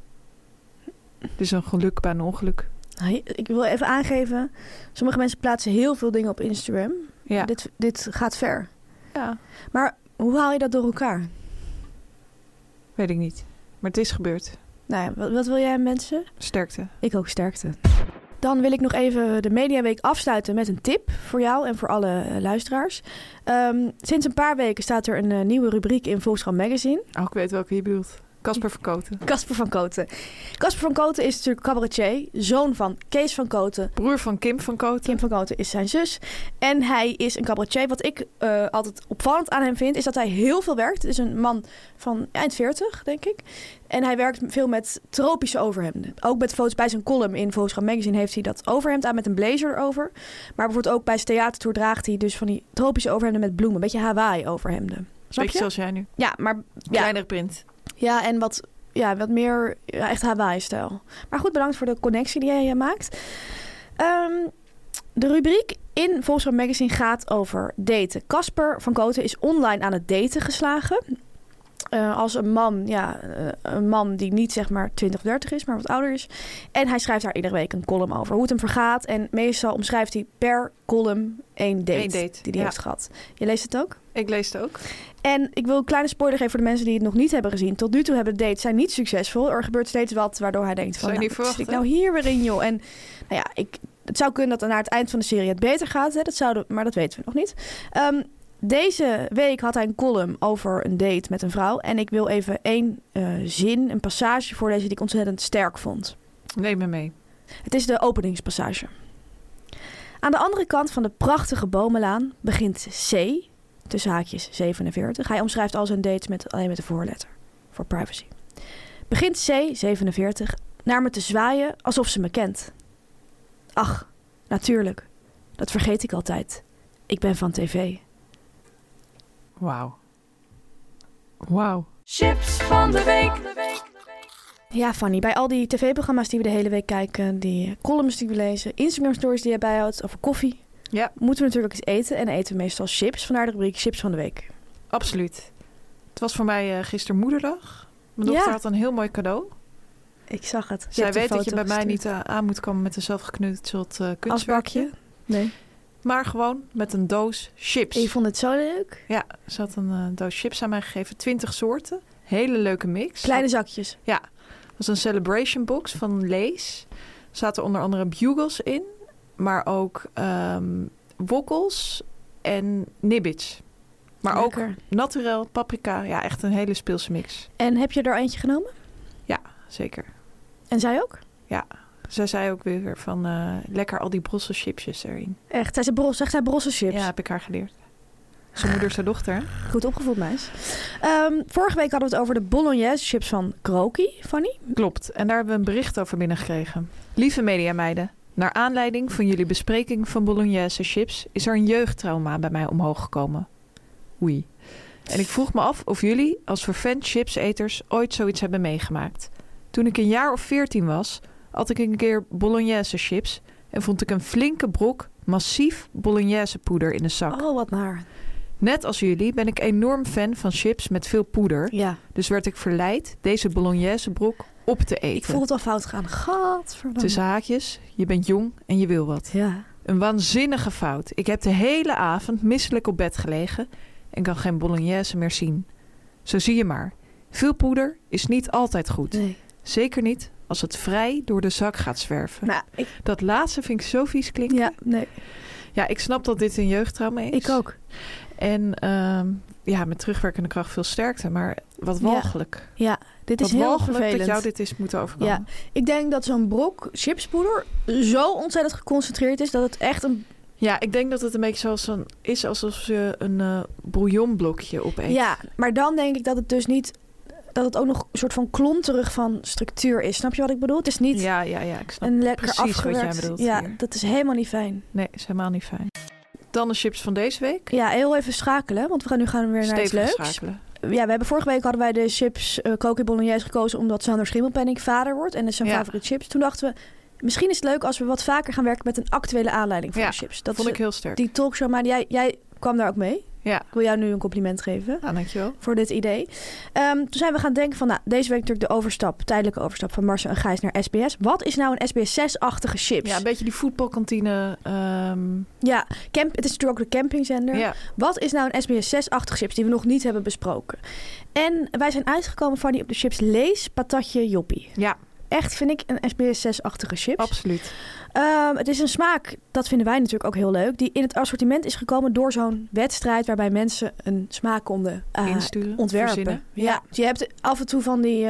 Dus een geluk bij een ongeluk. Ik wil even aangeven, sommige mensen plaatsen heel veel dingen op Instagram. Ja. Dit gaat ver. Ja. Maar hoe haal je dat door elkaar? Weet ik niet. Maar het is gebeurd. Nou ja, wat wil jij aan mensen? Sterkte. Ik ook sterkte. Dan wil ik nog even de Mediaweek afsluiten met een tip voor jou en voor alle luisteraars. Sinds een paar weken staat er een nieuwe rubriek in Volkskrant Magazine. Oh, ik weet welke je bedoelt. Casper van Koten. Casper van Koten. Casper van Koten is natuurlijk cabaretier, zoon van Kees van Koten. Broer van Kim van Koten. Kim van Koten is zijn zus. En hij is een cabaretier. Wat ik altijd opvallend aan hem vind, is dat hij heel veel werkt. Het is een man van eind 40, denk ik. En hij werkt veel met tropische overhemden. Ook met foto's bij zijn column in Volkskrant Magazine heeft hij dat overhemd aan met een blazer erover. Maar bijvoorbeeld ook bij zijn theatertour draagt hij dus van die tropische overhemden met bloemen. Een beetje Hawaii overhemden. Snap je? Zoals jij nu. Ja, maar... Kleinere print. Ja, en wat meer echt Hawaii-stijl. Maar goed, bedankt voor de connectie die jij maakt. De rubriek in Volkskrant Magazine gaat over daten. Casper van Koten is online aan het daten geslagen. Als een man die niet zeg maar 20 of 30 is, maar wat ouder is. En hij schrijft daar iedere week een column over hoe het hem vergaat. En meestal omschrijft hij per column één date die hij heeft gehad. Je leest het ook? Ik lees het ook. En ik wil een kleine spoiler geven voor de mensen die het nog niet hebben gezien. Tot nu toe hebben de dates zijn niet succesvol. Er gebeurt steeds wat waardoor hij denkt van, wat zit ik nou hier weer in, joh? En het zou kunnen dat er naar het eind van de serie het beter gaat. Hè? Maar dat weten we nog niet. Deze week had hij een column over een date met een vrouw. En ik wil even één zin, een passage voorlezen die ik ontzettend sterk vond. Neem me mee. Het is de openingspassage. Aan de andere kant van de prachtige bomenlaan begint C, tussen haakjes 47. Hij omschrijft al zijn dates alleen met de voorletter, voor privacy. Begint C, 47, naar me te zwaaien alsof ze me kent. Ach, natuurlijk. Dat vergeet ik altijd. Ik ben van tv. Wauw. Wauw. Chips van de week. Ja, Fanny, bij al die tv-programma's die we de hele week kijken, die columns die we lezen, Instagram-stories die je bijhoudt over koffie, moeten we natuurlijk ook iets eten. En eten we meestal chips, vandaar de rubriek Chips van de Week. Absoluut. Het was voor mij gisteren moederdag. Mijn dochter had een heel mooi cadeau. Ik zag het. Zij weet dat je bij mij niet aan moet komen met een zelfgeknutseld kunstwerkje. Nee. Maar gewoon met een doos chips. En je vond het zo leuk? Ja, ze had een doos chips aan mij gegeven. 20 soorten. Hele leuke mix. Kleine zakjes. Ja. Het was een celebration box van Lay's. Er zaten onder andere bugles in. Maar ook wokkels en nibbits. Maar lekker. Ook naturel, paprika. Ja, echt een hele speelse mix. En heb je er eentje genomen? Ja, zeker. En zij ook? Ja. Zij zei ook weer van lekker al die Brussels chipsjes erin. Echt? Zegt zij Brussels chips? Ja, heb ik haar geleerd. Zijn moeder, zijn dochter. Hè? Goed opgevoed, meis. Vorige week hadden we het over de bolognese chips van Croaky, Fanny. Klopt. En daar hebben we een bericht over binnengekregen. Lieve mediameiden, naar aanleiding van jullie bespreking van bolognese chips is er een jeugdtrauma bij mij omhoog gekomen. Oei. En ik vroeg me af of jullie als vervent chipseters ooit zoiets hebben meegemaakt. Toen ik een jaar of 14 was, had ik een keer bolognese chips en vond ik een flinke brok massief bolognese poeder in de zak. Oh, wat naar. Net als jullie ben ik enorm fan van chips met veel poeder. Ja. Dus werd ik verleid deze bolognese brok op te eten. Ik voel het al fout gaan. Gadverdamme. Tussen haakjes, je bent jong en je wil wat. Ja. Een waanzinnige fout. Ik heb de hele avond misselijk op bed gelegen en kan geen bolognese meer zien. Zo zie je maar. Veel poeder is niet altijd goed. Nee. Zeker niet als het vrij door de zak gaat zwerven. Nou, Dat laatste vind ik zo vies klinken. Ja, nee. Ja, ik snap dat dit een jeugdtrauma is. Ik ook. En met terugwerkende kracht veel sterkte. Maar wat walgelijk. Ja, dit is heel vervelend. Dat jou dit is moeten overkomen. Ja, ik denk dat zo'n brok chipspoeder zo ontzettend geconcentreerd is dat het echt een... Ja, ik denk dat het een beetje is alsof je een bouillonblokje opeet. Ja, maar dan denk ik dat het dus niet... dat het ook nog een soort van klonterig van structuur is. Snap je wat ik bedoel? Het is niet Ja, ik snap een lekker precies afgewerkt... wat jij bedoelt. Ja, hier. dat is helemaal niet fijn. Nee, is helemaal niet fijn. Dan de chips van deze week. Ja, heel even schakelen, want we gaan weer naar iets leuks. Schakelen. Ja, we hebben vorige week hadden wij de chips Croaky Bolognese gekozen omdat Sander Schimmelpenninck vader wordt en dat is zijn favoriete chips. Toen dachten we, misschien is het leuk als we wat vaker gaan werken met een actuele aanleiding voor de chips. Dat vond ik heel sterk. Die talkshow, maar jij kwam daar ook mee. Ja. Ik wil jou nu een compliment geven. Dankjewel. Voor dit idee. Toen zijn we gaan denken van, deze week natuurlijk de tijdelijke overstap van Marcel en Gijs naar SBS. Wat is nou een SBS 6-achtige chips? Ja, een beetje die voetbalkantine. Ja, het is natuurlijk ook de campingzender. Ja. Wat is nou een SBS 6-achtige chips die we nog niet hebben besproken? En wij zijn uitgekomen van die op de chips Lay's patatje joppie. Ja. Echt, vind ik, een SBS 6-achtige chips. Absoluut. Het is een smaak, dat vinden wij natuurlijk ook heel leuk, die in het assortiment is gekomen door zo'n wedstrijd waarbij mensen een smaak konden insturen, ontwerpen. Ja. Je hebt af en toe van die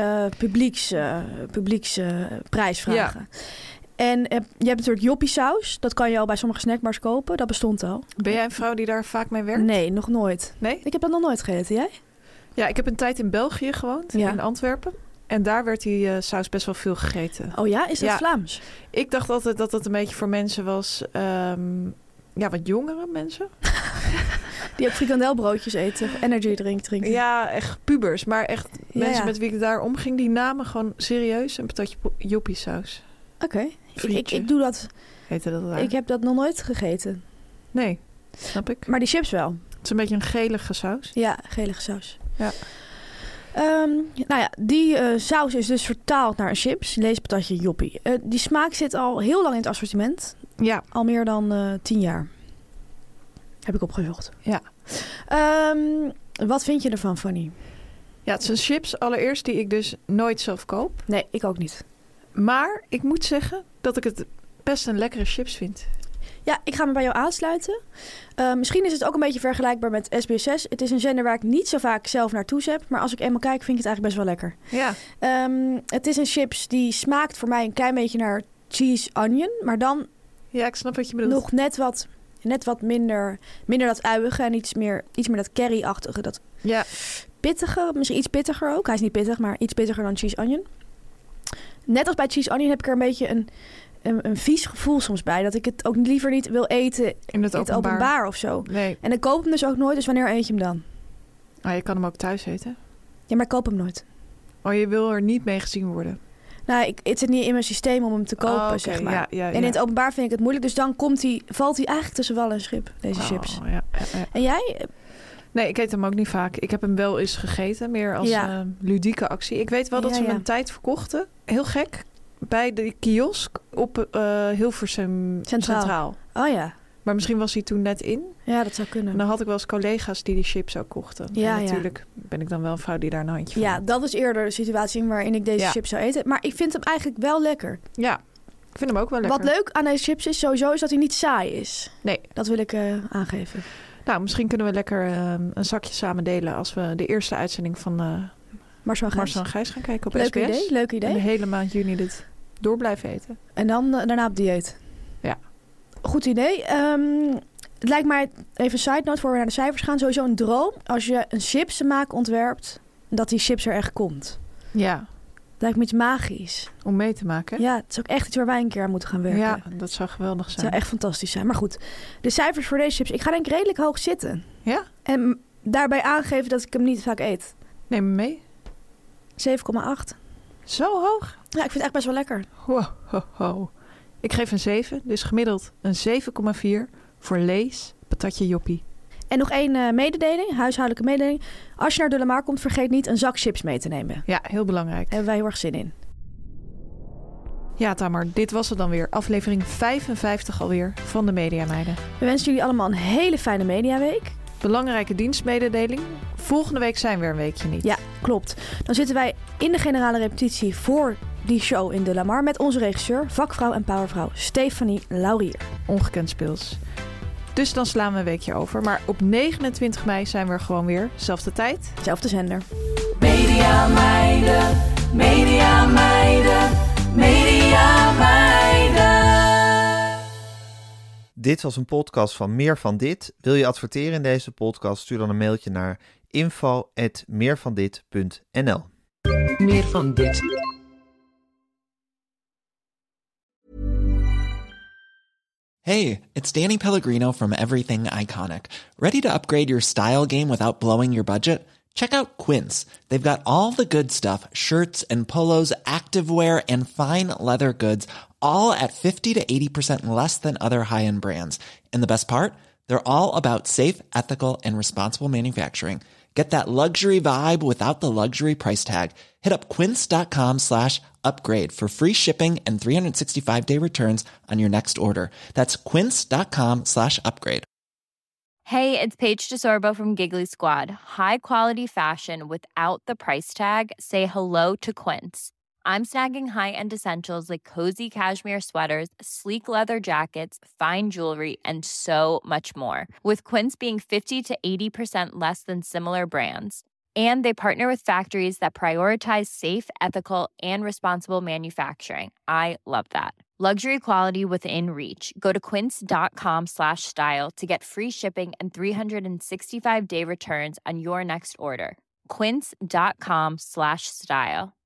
publieksprijsvragen. Ja. En je hebt natuurlijk joppiesaus. Dat kan je al bij sommige snackbars kopen. Dat bestond al. Ben jij een vrouw die daar vaak mee werkt? Nee, nog nooit. Nee? Ik heb dat nog nooit gegeten. Jij? Ja, ik heb een tijd in België gewoond, in Antwerpen. En daar werd die saus best wel veel gegeten. Oh ja? Is dat Vlaams? Ik dacht altijd dat dat een beetje voor mensen was... wat jongere mensen. Die ook frikandelbroodjes eten of energy drink drinken. Ja, echt pubers. Maar echt mensen met wie ik daar omging... die namen gewoon serieus een patatje joppie saus. Oké. Ik doe dat... Heette dat daar? Ik heb dat nog nooit gegeten. Nee, snap ik. Maar die chips wel. Het is een beetje een gelige saus. Ja, gelige saus. Ja. Die saus is dus vertaald naar een chips. Lay's patatje joppie. Die smaak zit al heel lang in het assortiment. Ja. Al meer dan 10 jaar. Heb ik opgezocht. Ja. Wat vind je ervan, Fanny? Ja, het zijn chips allereerst die ik dus nooit zelf koop. Nee, ik ook niet. Maar ik moet zeggen dat ik het best een lekkere chips vind. Ja, ik ga me bij jou aansluiten. Misschien is het ook een beetje vergelijkbaar met SBS6. Het is een zender waar ik niet zo vaak zelf naartoe zap. Maar als ik eenmaal kijk, vind ik het eigenlijk best wel lekker. Ja. Het is een chips die smaakt voor mij een klein beetje naar cheese onion. Maar dan Ja, ik snap wat je bedoelt. nog net wat minder dat uiige en iets meer dat curry-achtige. Dat pittige, misschien iets pittiger ook. Hij is niet pittig, maar iets pittiger dan cheese onion. Net als bij cheese onion heb ik er een beetje een vies gevoel soms bij. Dat ik het ook liever niet wil eten in het openbaar of zo. Nee. En ik koop hem dus ook nooit. Dus wanneer eet je hem dan? Je kan hem ook thuis eten. Ja, maar ik koop hem nooit. Je wil er niet mee gezien worden. Nou, het zit niet in mijn systeem om hem te kopen, zeg maar. Ja. En in het openbaar vind ik het moeilijk. Dus dan valt hij eigenlijk tussen wal en schip, deze chips. Ja. En jij? Nee, ik eet hem ook niet vaak. Ik heb hem wel eens gegeten, meer als ludieke actie. Ik weet wel dat ze hem een tijd verkochten. Heel gek. Bij de kiosk op Hilversum Centraal. Oh ja. Maar misschien was hij toen net in. Ja, dat zou kunnen. En dan had ik wel eens collega's die chips ook kochten. Ja, en natuurlijk ben ik dan wel een vrouw die daar een handje van. Ja, dat is eerder de situatie waarin ik deze chips zou eten. Maar ik vind hem eigenlijk wel lekker. Ja, ik vind hem ook wel lekker. Wat leuk aan deze chips is sowieso is dat hij niet saai is. Nee. Dat wil ik aangeven. Nou, misschien kunnen we lekker een zakje samen delen als we de eerste uitzending van Marcel en Gijs gaan kijken op SBS. Leuk idee. En de hele maand juni dit door blijven eten. En dan daarna op dieet. Ja. Goed idee. Het lijkt mij, even een side note voor we naar de cijfers gaan, sowieso een droom. Als je een chipsmaak ontwerpt, dat die chips er echt komt. Ja. Het lijkt me iets magisch. Om mee te maken. Ja, het is ook echt iets waar wij een keer aan moeten gaan werken. Ja, dat zou geweldig zijn. Het zou echt fantastisch zijn. Maar goed, de cijfers voor deze chips, ik ga denk ik redelijk hoog zitten. Ja? En daarbij aangeven dat ik hem niet vaak eet. Neem me mee. 7,8. Zo hoog? Ja, ik vind het echt best wel lekker. Wow. Ik geef een 7, dus gemiddeld een 7,4 voor Lees patatje joppie. En nog één mededeling, huishoudelijke mededeling. Als je naar de Lamar komt, vergeet niet een zak chips mee te nemen. Ja, heel belangrijk. Daar hebben wij heel erg zin in. Ja, Tamar, dit was het dan weer. Aflevering 55 alweer van de Media Meiden. We wensen jullie allemaal een hele fijne mediaweek. Belangrijke dienstmededeling. Volgende week zijn we er een weekje niet. Ja, klopt. Dan zitten wij in de generale repetitie voor die show in de Lamar met onze regisseur, vakvrouw en powervrouw Stefanie Laurier. Ongekend speels. Dus dan slaan we een weekje over. Maar op 29 mei zijn we er gewoon weer. Zelfde tijd. Zelfde zender. Media Meiden, Media Meiden, Media Meiden. Dit was een podcast van Meer van Dit. Wil je adverteren in deze podcast? Stuur dan een mailtje naar info@meervandit.nl. Meer van dit. Hey, it's Danny Pellegrino from Everything Iconic. Ready to upgrade your style game without blowing your budget? Check out Quince. They've got all the good stuff, shirts and polos, activewear, and fine leather goods, all at 50 to 80% less than other high-end brands. And the best part? They're all about safe, ethical, and responsible manufacturing. Get that luxury vibe without the luxury price tag. Hit up quince.com/upgrade for free shipping and 365-day returns on your next order. That's quince.com/upgrade. Hey, it's Paige DeSorbo from Giggly Squad. High quality fashion without the price tag. Say hello to Quince. I'm snagging high-end essentials like cozy cashmere sweaters, sleek leather jackets, fine jewelry, and so much more. With Quince being 50 to 80% less than similar brands. And they partner with factories that prioritize safe, ethical, and responsible manufacturing. I love that. Luxury quality within reach. Go to quince.com/style to get free shipping and 365-day returns on your next order. Quince.com/style.